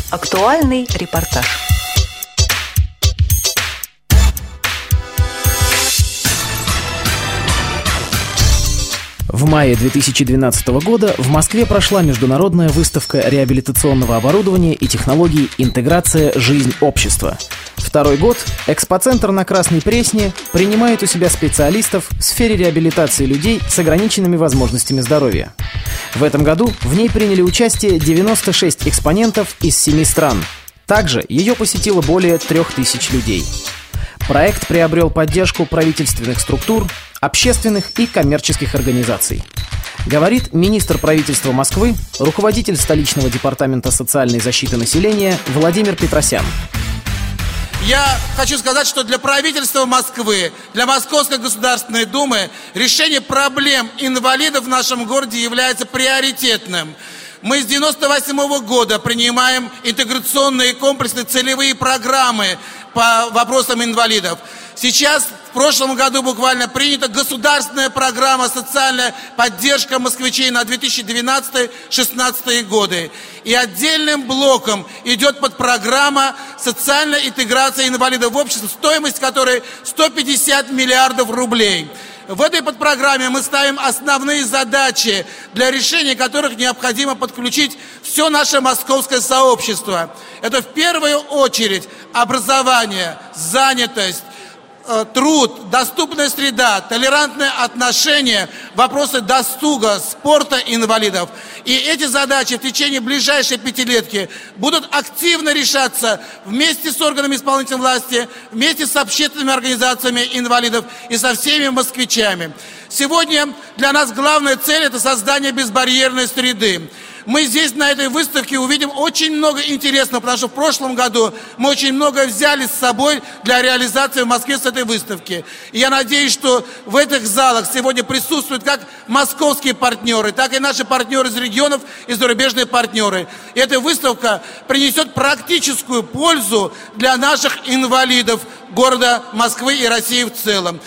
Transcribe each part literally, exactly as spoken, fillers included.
Актуальный репортаж. В мае две тысячи двенадцатого года в Москве прошла международная выставка реабилитационного оборудования и технологий «Интеграция. Жизнь. Общества». Второй год экспоцентр на Красной Пресне принимает у себя специалистов в сфере реабилитации людей с ограниченными возможностями здоровья. В этом году в ней приняли участие девяносто шесть экспонентов из семи стран. Также ее посетило более трех тысяч людей. Проект приобрел поддержку правительственных структур, общественных и коммерческих организаций. Говорит министр правительства Москвы, руководитель столичного департамента социальной защиты населения Владимир Петросян. Я хочу сказать, что для правительства Москвы, для Московской Государственной Думы решение проблем инвалидов в нашем городе является приоритетным. Мы с девяносто восьмого года принимаем интеграционные комплексные целевые программы по вопросам инвалидов. Сейчас, в прошлом году буквально принята государственная программа «Социальная поддержка москвичей» на две тысячи двенадцатый — две тысячи шестнадцатый годы. И отдельным блоком идет подпрограмма «Социальная интеграция инвалидов в общество», стоимость которой сто пятьдесят миллиардов рублей. В этой подпрограмме мы ставим основные задачи, для решения которых необходимо подключить все наше московское сообщество. Это в первую очередь образование, занятость, труд, доступная среда, толерантное отношение, вопросы досуга, спорта инвалидов. И эти задачи в течение ближайшей пятилетки будут активно решаться вместе с органами исполнительной власти, вместе с общественными организациями инвалидов и со всеми москвичами. Сегодня для нас главная цель – это создание безбарьерной среды. Мы здесь на этой выставке увидим очень много интересного, потому что в прошлом году мы очень много взяли с собой для реализации в Москве с этой выставки. И я надеюсь, что в этих залах сегодня присутствуют как московские партнеры, так и наши партнеры из регионов и зарубежные партнеры. И эта выставка принесет практическую пользу для наших инвалидов города Москвы и России в целом.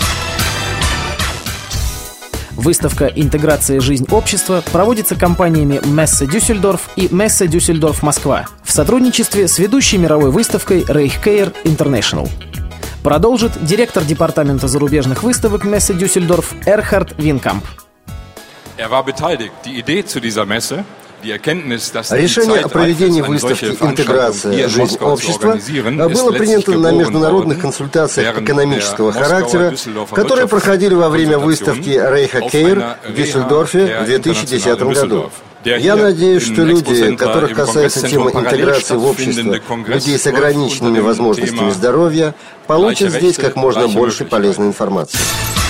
Выставка «Интеграция. Жизнь. Общества» проводится компаниями Messe Düsseldorf и Messe Düsseldorf Москва в сотрудничестве с ведущей мировой выставкой Reichkehr International. Продолжит директор департамента зарубежных выставок Messe Düsseldorf Erhard Winkamp. Er war beteiligt. Die Idee zu dieser Messe, решение о проведении выставки «Интеграция. Жизнь. Общества» было принято на международных консультациях экономического характера, которые проходили во время выставки Reichkehr в Дюссельдорфе в две тысячи десятом году. Я надеюсь, что люди, которых касается тема интеграции в общество людей с ограниченными возможностями здоровья, получат здесь как можно больше полезной информации.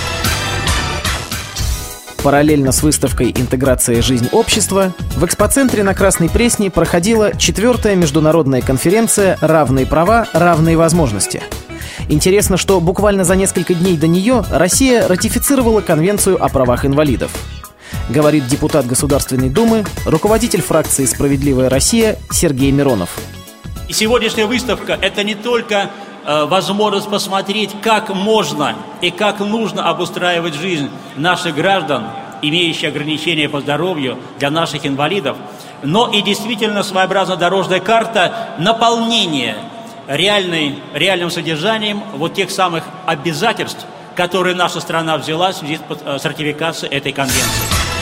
Параллельно с выставкой «Интеграция. Жизнь. Общества» в экспоцентре на Красной Пресне проходила четвертая международная конференция «Равные права, равные возможности». Интересно, что буквально за несколько дней до нее Россия ратифицировала Конвенцию о правах инвалидов. Говорит депутат Государственной Думы, руководитель фракции «Справедливая Россия» Сергей Миронов. И сегодняшняя выставка – это не только э, возможность посмотреть, как можно и как нужно обустраивать жизнь наших граждан, имеющих ограничения по здоровью, для наших инвалидов, но и действительно своеобразная дорожная карта наполнения реальной, реальным содержанием вот тех самых обязательств, которые наша страна взяла в связи с ратификацией этой конвенции.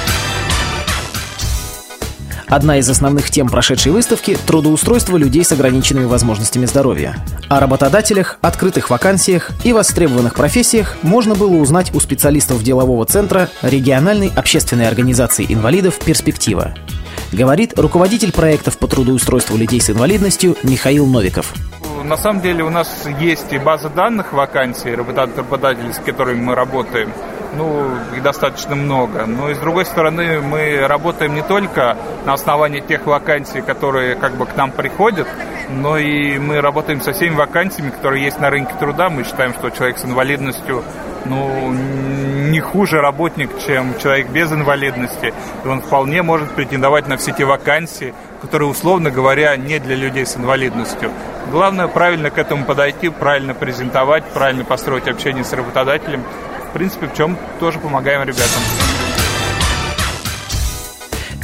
Одна из основных тем прошедшей выставки – трудоустройство людей с ограниченными возможностями здоровья. О работодателях, открытых вакансиях и востребованных профессиях можно было узнать у специалистов делового центра региональной общественной организации инвалидов «Перспектива». Говорит руководитель проектов по трудоустройству людей с инвалидностью Михаил Новиков. На самом деле у нас есть и база данных вакансий работодателей, с которыми мы работаем, ну, их достаточно много. Но и с другой стороны, мы работаем не только на основании тех вакансий, которые как бы к нам приходят, но и мы работаем со всеми вакансиями, которые есть на рынке труда. Мы считаем, что человек с инвалидностью, ну, не хуже работник, чем человек без инвалидности. И он вполне может претендовать на все те вакансии, которые, условно говоря, не для людей с инвалидностью. Главное правильно к этому подойти, правильно презентовать, правильно построить общение с работодателем. В принципе, в чем тоже помогаем ребятам.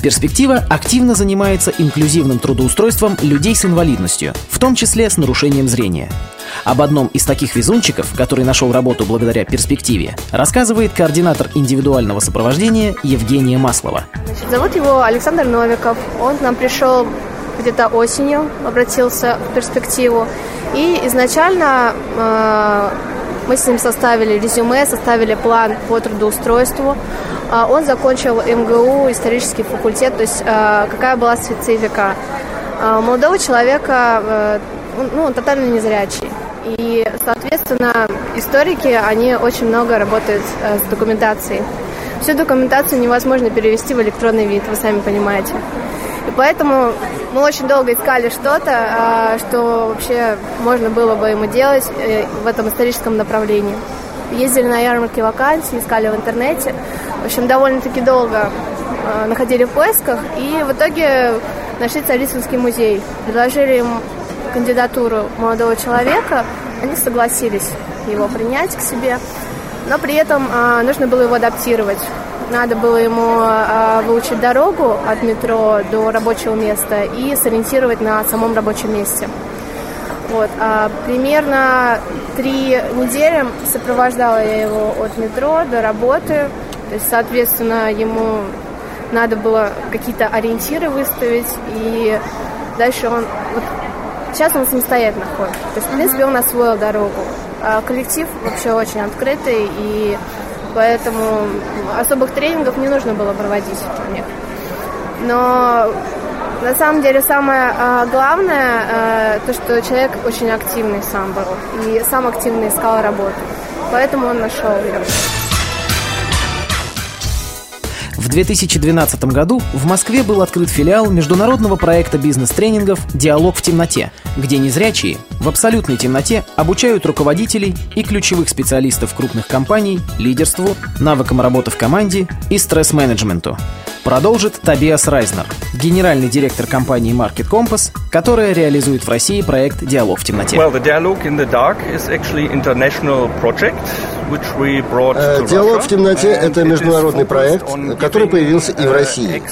Перспектива активно занимается инклюзивным трудоустройством людей с инвалидностью, в том числе с нарушением зрения. Об одном из таких везунчиков, который нашел работу благодаря перспективе, рассказывает координатор индивидуального сопровождения Евгения Маслова. Значит, зовут его Александр Новиков. Он к нам пришел где-то осенью, обратился в перспективу. И изначально э, мы с ним составили резюме, составили план по трудоустройству. Э, он закончил эм гэ у, исторический факультет, то есть э, какая была специфика. Э, у молодого человека, э, ну, он тотально незрячий. И, соответственно, историки, они очень много работают э, с документацией. Всю документацию невозможно перевести в электронный вид, вы сами понимаете. И поэтому мы очень долго искали что-то, что вообще можно было бы ему делать в этом историческом направлении. Ездили на ярмарки вакансий, искали в интернете. В общем, довольно-таки долго находили в поисках. И в итоге нашли Царицынский музей. Предложили им кандидатуру молодого человека. Они согласились его принять к себе. Но при этом нужно было его адаптировать. Надо было ему э, выучить дорогу от метро до рабочего места и сориентировать на самом рабочем месте. Вот. А примерно три недели сопровождала я его от метро до работы. То есть, соответственно, ему надо было какие-то ориентиры выставить. И дальше он... Вот, сейчас он самостоятельно ходит. То есть, в принципе, он освоил дорогу. А коллектив вообще очень открытый и... Поэтому особых тренингов не нужно было проводить у них. Но на самом деле самое а, главное, а, то, что человек очень активный сам был. И сам активно искал работу. Поэтому он нашел ее. В две тысячи двенадцатом году в Москве был открыт филиал международного проекта бизнес-тренингов «Диалог в темноте», где незрячие в абсолютной темноте обучают руководителей и ключевых специалистов крупных компаний лидерству, навыкам работы в команде и стресс-менеджменту. Продолжит Тобиас Райзнер, генеральный директор компании Market Compass, которая реализует в России проект «Диалог в темноте». Well, the Dialogue in the Dark is actually international project, which we brought to Russia. «Диалог в темноте» — это международный проект, который появился и в России.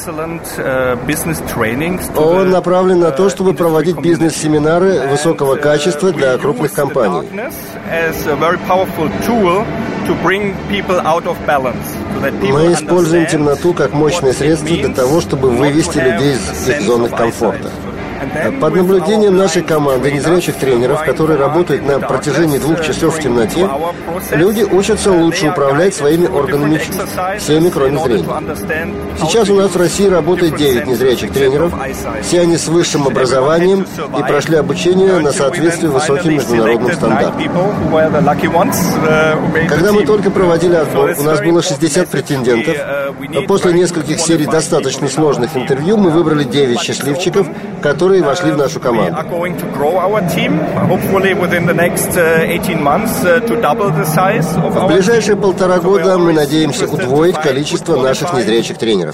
Он направлен на то, чтобы проводить бизнес-семинары высокого качества для крупных компаний. Мы используем темноту как мощное средство для того, чтобы вывести людей из их зоны комфорта. Под наблюдением нашей команды незрячих тренеров, которые работают на протяжении двух часов в темноте, люди учатся лучше управлять своими органами чувств, всеми, кроме зрения. Сейчас у нас в России работает девять незрячих тренеров, все они с высшим образованием и прошли обучение на соответствие высоким международным стандартам. Когда мы только проводили отбор, у нас было шестьдесят претендентов, но после нескольких серий достаточно сложных интервью мы выбрали девять счастливчиков, которые вошли в нашу команду. В ближайшие полтора года мы надеемся удвоить количество наших незрячих тренеров.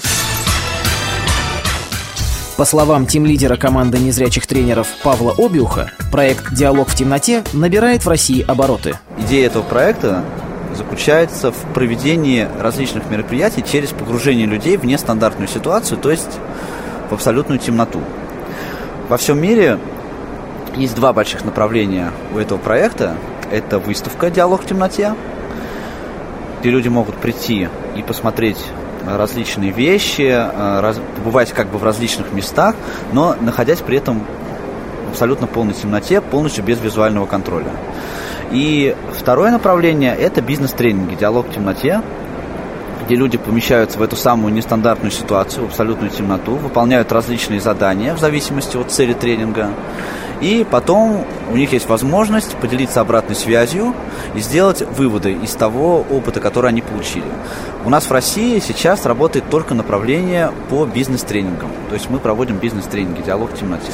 По словам тимлидера команды незрячих тренеров Павла Обиуха, проект «Диалог в темноте» набирает в России обороты. Идея этого проекта заключается в проведении различных мероприятий через погружение людей в нестандартную ситуацию, то есть в абсолютную темноту. Во всем мире есть два больших направления у этого проекта. Это выставка «Диалог в темноте», где люди могут прийти и посмотреть различные вещи, побывать как бы в различных местах, но находясь при этом в абсолютно полной темноте, полностью без визуального контроля. И второе направление – это бизнес-тренинги «Диалог в темноте», где люди помещаются в эту самую нестандартную ситуацию, в абсолютную темноту, выполняют различные задания в зависимости от цели тренинга, и потом у них есть возможность поделиться обратной связью и сделать выводы из того опыта, который они получили. У нас в России сейчас работает только направление по бизнес-тренингам, то есть мы проводим бизнес-тренинги «Диалог в темноте».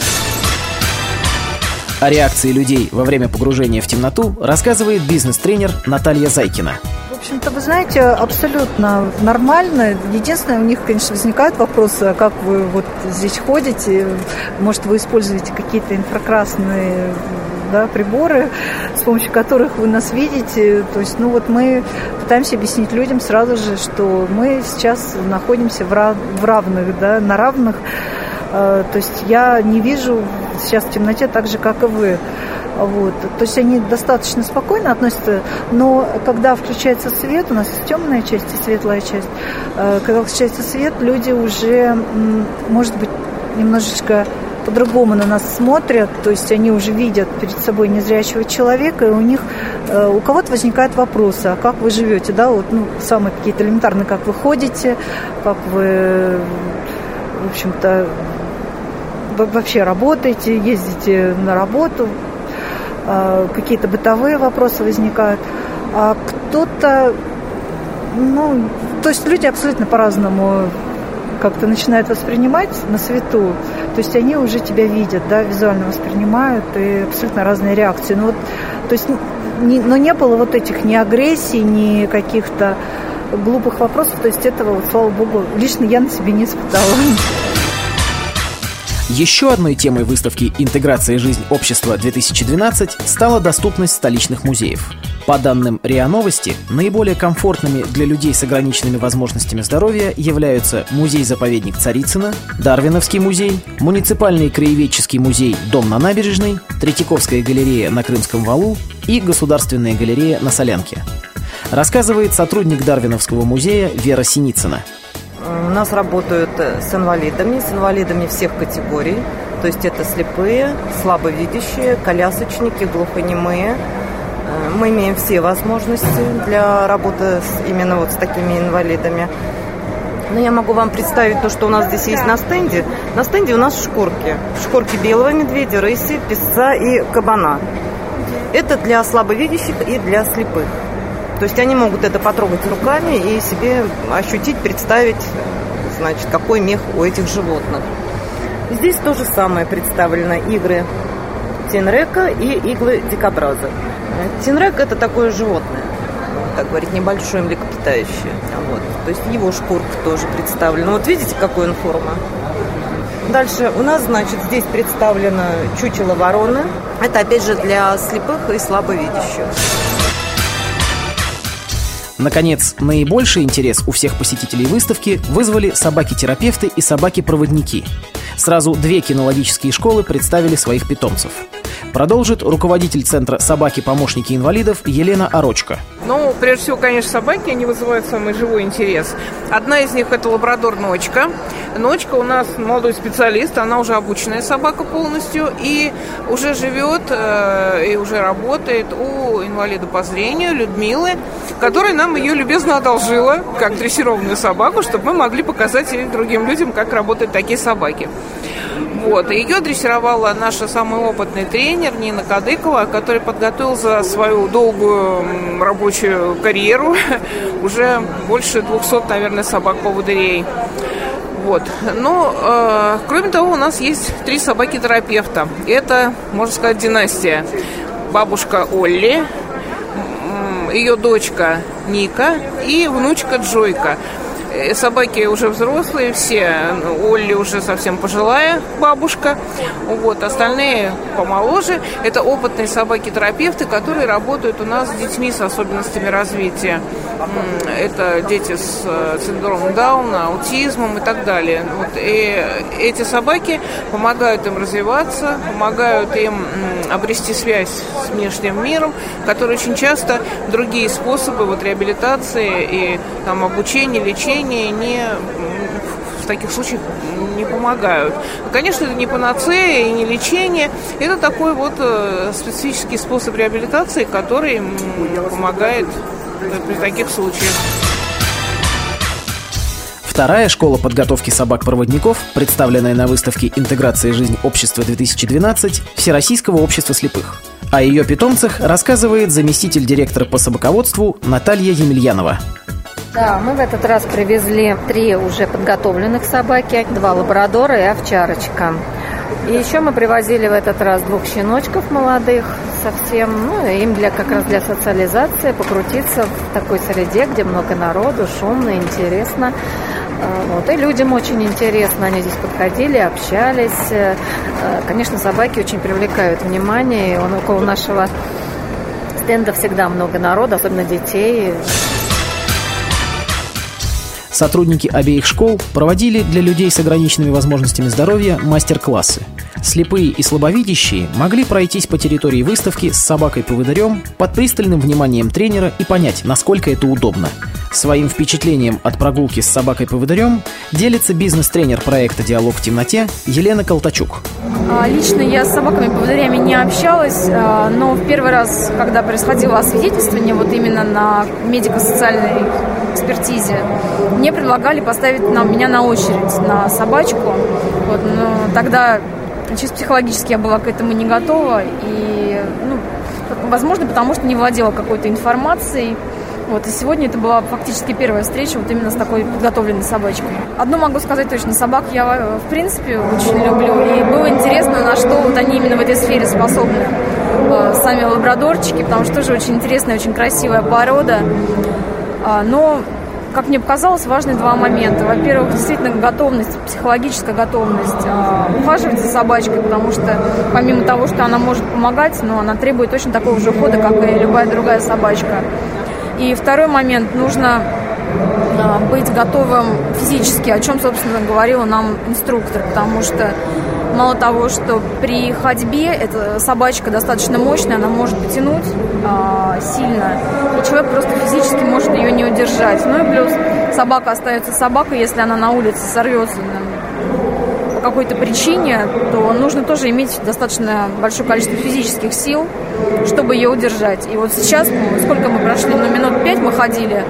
О реакции людей во время погружения в темноту рассказывает бизнес-тренер Наталья Зайкина. В общем-то, вы знаете, абсолютно нормально. Единственное, у них, конечно, возникают вопросы, как вы вот здесь ходите, может, вы используете какие-то инфракрасные да, приборы, с помощью которых вы нас видите. То есть, ну вот мы пытаемся объяснить людям сразу же, что мы сейчас находимся в, рав, в равных, да, на равных. То есть я не вижу сейчас в темноте так же, как и вы. Вот. То есть они достаточно спокойно относятся, но когда включается свет, у нас есть темная часть и светлая часть, когда включается свет, люди уже, может быть, немножечко по-другому на нас смотрят, то есть они уже видят перед собой незрячего человека, и у них, у кого-то возникают вопросы, а как вы живете, да, вот, ну, самые какие-то элементарные, как вы ходите, как вы, в общем-то, вообще работаете, ездите на работу, какие-то бытовые вопросы возникают, а кто-то, ну, то есть люди абсолютно по-разному как-то начинают воспринимать на свету, то есть они уже тебя видят, да, визуально воспринимают, и абсолютно разные реакции. Ну, вот, то есть, не, но не было вот этих ни агрессий, ни каких-то глупых вопросов, то есть этого, вот, слава богу, лично я на себе не испытала. Еще одной темой выставки «Интеграция и жизнь общества-две тысячи двенадцать» стала доступность столичных музеев. По данным РИА Новости, наиболее комфортными для людей с ограниченными возможностями здоровья являются музей-заповедник Царицына, Дарвиновский музей, муниципальный краеведческий музей «Дом на набережной», Третьяковская галерея на Крымском валу и Государственная галерея на Солянке. Рассказывает сотрудник Дарвиновского музея Вера Синицына. У нас работают с инвалидами, с инвалидами всех категорий. То есть это слепые, слабовидящие, колясочники, глухонемые. Мы имеем все возможности для работы с, именно вот с такими инвалидами. Но я могу вам представить то, что у нас здесь есть на стенде. На стенде у нас шкурки. Шкурки белого медведя, рыси, песца и кабана. Это для слабовидящих и для слепых. То есть они могут это потрогать руками и себе ощутить, представить, значит, какой мех у этих животных. Здесь то же самое представлено: игры тенрека и иглы дикобраза. Тенрек – это такое животное, как говорить, небольшое млекопитающее. Вот. То есть его шкурка тоже представлена. Вот видите, какой он форма? Дальше у нас, значит, здесь представлено чучело вороны. Это, опять же, для слепых и слабовидящих. Наконец, наибольший интерес у всех посетителей выставки вызвали собаки-терапевты и собаки-проводники. Сразу две кинологические школы представили своих питомцев. Продолжит руководитель Центра «Собаки-помощники инвалидов» Елена Орочко. Ну, прежде всего, конечно, собаки, они вызывают самый живой интерес. Одна из них – это лабрадор Ночка. Ночка у нас молодой специалист, она уже обученная собака полностью и уже живет э, и уже работает у инвалида по зрению Людмилы, которая нам ее любезно одолжила как дрессированную собаку, чтобы мы могли показать и другим людям, как работают такие собаки. Вот. Ее дрессировала наша самый опытный тренер Нина Кадыкова, которая подготовила за свою долгую рабочую карьеру уже больше двухсот, наверное, собак-поводырей. Вот. Но, э, кроме того, у нас есть три собаки-терапевта. Это, можно сказать, династия. Бабушка Олли, ее дочка Ника и внучка Джойка. Собаки уже взрослые все, Олли уже совсем пожилая бабушка, вот, остальные помоложе. Это опытные собаки-терапевты, которые работают у нас с детьми с особенностями развития. Это дети с синдромом Дауна, аутизмом и так далее. Вот, и эти собаки помогают им развиваться, помогают им обрести связь с внешним миром, которые очень часто другие способы вот, реабилитации и там, обучения, лечения не, в таких случаях не помогают. Конечно, это не панацея и не лечение. Это такой вот специфический способ реабилитации, который помогает при таких случаях. Вторая школа подготовки собак-проводников, представленная на выставке «Интеграция и жизнь общества-две тысячи двенадцать» Всероссийского общества слепых. О ее питомцах рассказывает заместитель директора по собаководству Наталья Емельянова. Да, мы в этот раз привезли три уже подготовленных собаки, два лабрадора и овчарочка. И еще мы привозили в этот раз двух щеночков молодых совсем, ну, им для, как раз для социализации, покрутиться в такой среде, где много народу, шумно, интересно. Вот. И людям очень интересно, они здесь подходили, общались, Конечно, собаки очень привлекают внимание. Он около нашего стенда всегда много народа, особенно детей. Сотрудники обеих школ проводили для людей с ограниченными возможностями здоровья мастер-классы. Слепые и слабовидящие могли пройтись по территории выставки с собакой-поводырем под пристальным вниманием тренера и понять, насколько это удобно. Своим впечатлением от прогулки с собакой-поводырем делится бизнес-тренер проекта «Диалог в темноте» Елена Колтачук. Лично я с собаками-поводырями не общалась, но в первый раз, когда происходило освидетельствование, вот именно на медико-социальной экспертизе, мне предлагали поставить на, меня на очередь на собачку. Вот, но тогда чисто психологически я была к этому не готова. И, ну, возможно, потому что не владела какой-то информацией. Вот, и сегодня это была фактически первая встреча вот именно с такой подготовленной собачкой. Одно могу сказать точно, собак я в принципе очень люблю. И было интересно, на что вот они именно в этой сфере способны. Сами лабрадорчики, потому что тоже очень интересная, очень красивая порода. Но, как мне показалось, важны два момента. Во-первых, действительно готовность, психологическая готовность ухаживать за собачкой, потому что помимо того, что она может помогать, но она требует точно такого же ухода, как и любая другая собачка. И второй момент, нужно быть готовым физически, о чем, собственно, говорил нам инструктор, потому что мало того, что при ходьбе эта собачка достаточно мощная, она может потянуть э, сильно, и человек просто физически может ее не удержать. Ну и плюс собака остается собакой, если она на улице сорвется по какой-то причине, то нужно тоже иметь достаточно большое количество физических сил, чтобы ее удержать. И вот сейчас, сколько мы прошли, ну минут пять мы ходили,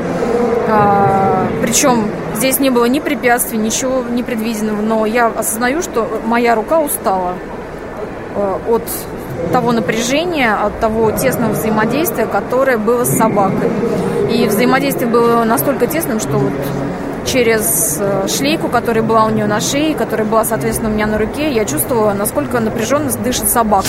э, причем здесь не было ни препятствий, ничего непредвиденного, но я осознаю, что моя рука устала э, от того напряжения, от того тесного взаимодействия, которое было с собакой. И взаимодействие было настолько тесным, что вот через шлейку, которая была у нее на шее, которая была, соответственно, у меня на руке, я чувствовала, насколько напряженно дышит собака.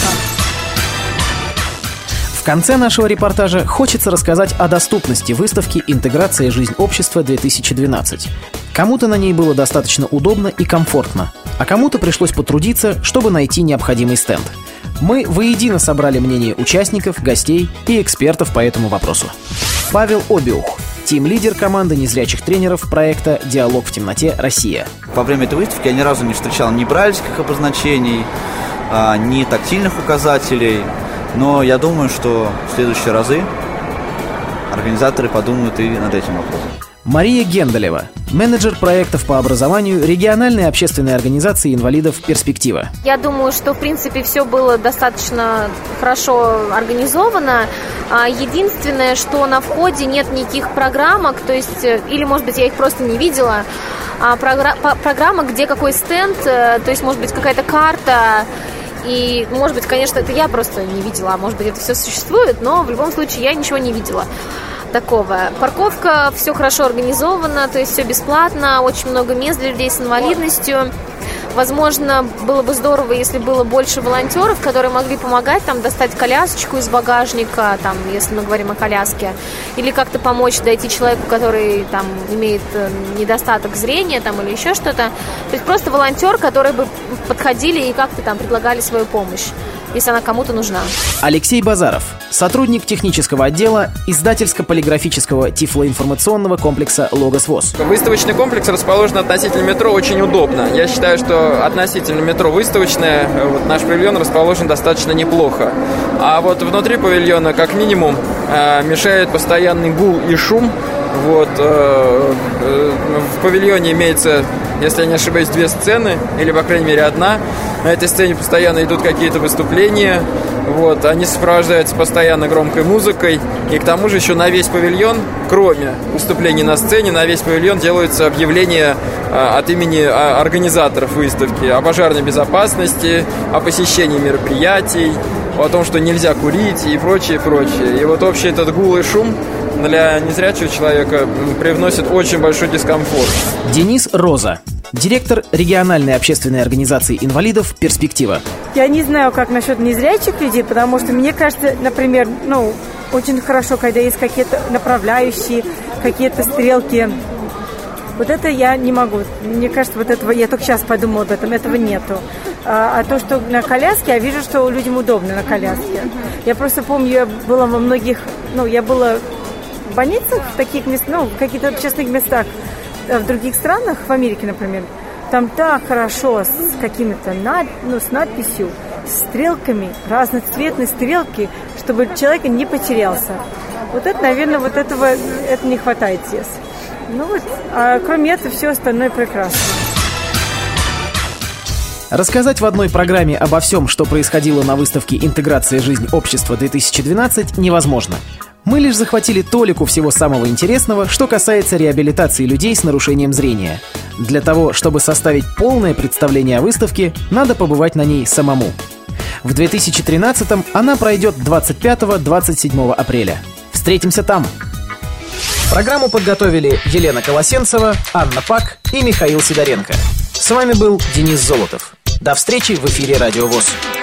В конце нашего репортажа хочется рассказать о доступности выставки «Интеграция. Жизнь общества-две тысячи двенадцать». Кому-то на ней было достаточно удобно и комфортно, а кому-то пришлось потрудиться, чтобы найти необходимый стенд. Мы воедино собрали мнение участников, гостей и экспертов по этому вопросу. Павел Обиух, тим-лидер команды незрячих тренеров проекта «Диалог в темноте. Россия». Во время этой выставки я ни разу не встречал ни брайлевских обозначений, ни тактильных указателей. Но я думаю, что в следующие разы организаторы подумают и над этим вопросом. Мария Генделева, менеджер проектов по образованию региональной общественной организации инвалидов «Перспектива». Я думаю, что, в принципе, все было достаточно хорошо организовано. Единственное, что на входе нет никаких программок, то есть, или, может быть, я их просто не видела, а программа, где какой стенд, то есть, может быть, какая-то карта. И, может быть, конечно, это я просто не видела, а может быть, это все существует, но в любом случае я ничего не видела такого. Парковка, все хорошо организовано, то есть все бесплатно, очень много мест для людей с инвалидностью. Возможно, было бы здорово, если было больше волонтеров, которые могли помогать там достать колясочку из багажника, там, если мы говорим о коляске, или как-то помочь дойти человеку, который там имеет недостаток зрения там, или еще что-то. То есть просто волонтер, которые бы подходили и как-то там предлагали свою помощь, если она кому-то нужна. Алексей Базаров, сотрудник технического отдела издательско-полиграфического тифлоинформационного комплекса «Логос ВОС». Выставочный комплекс расположен относительно метро очень удобно. Я считаю, что относительно метро выставочное, вот наш павильон расположен достаточно неплохо. А вот внутри павильона, как минимум, мешает постоянный гул и шум. Вот, э, э, в павильоне имеется, если я не ошибаюсь, две сцены, или, по крайней мере, одна. На этой сцене постоянно идут какие-то выступления. Вот, они сопровождаются постоянно громкой музыкой. И к тому же еще на весь павильон, кроме выступлений на сцене, на весь павильон делаются объявления э, от имени э, организаторов выставки о пожарной безопасности, о посещении мероприятий, о том, что нельзя курить и прочее, прочее. И вот общий этот гул и шум для незрячего человека привносит очень большой дискомфорт. Денис Роза, директор региональной общественной организации инвалидов «Перспектива». Я не знаю, как насчет незрячих людей, потому что мне кажется, например, ну, очень хорошо, когда есть какие-то направляющие, какие-то стрелки Вот это я не могу. Мне кажется, вот этого, я только сейчас подумала об этом, этого нету. А, а то, что на коляске, я вижу, что людям удобно на коляске. Я просто помню, я была во многих, ну, я была в больницах, в таких местах, ну, в каких-то общественных местах, в других странах, в Америке, например. Там так хорошо с какими-то, над, ну, с надписью, с стрелками, разноцветные стрелки, чтобы человек не потерялся. Вот это, наверное, вот этого, это не хватает здесь. Ну вот, а кроме этого, все остальное прекрасно. Рассказать в одной программе обо всем, что происходило на выставке «Интеграция. Жизнь общества-две тысячи двенадцать» невозможно. Мы лишь захватили толику всего самого интересного, что касается реабилитации людей с нарушением зрения. Для того, чтобы составить полное представление о выставке, надо побывать на ней самому. В две тысячи тринадцатом она пройдет двадцать пятого — двадцать седьмого апреля. Встретимся там! Программу подготовили Елена Колосенцева, Анна Пак и Михаил Сидоренко. С вами был Денис Золотов. До встречи в эфире Радио ВОС.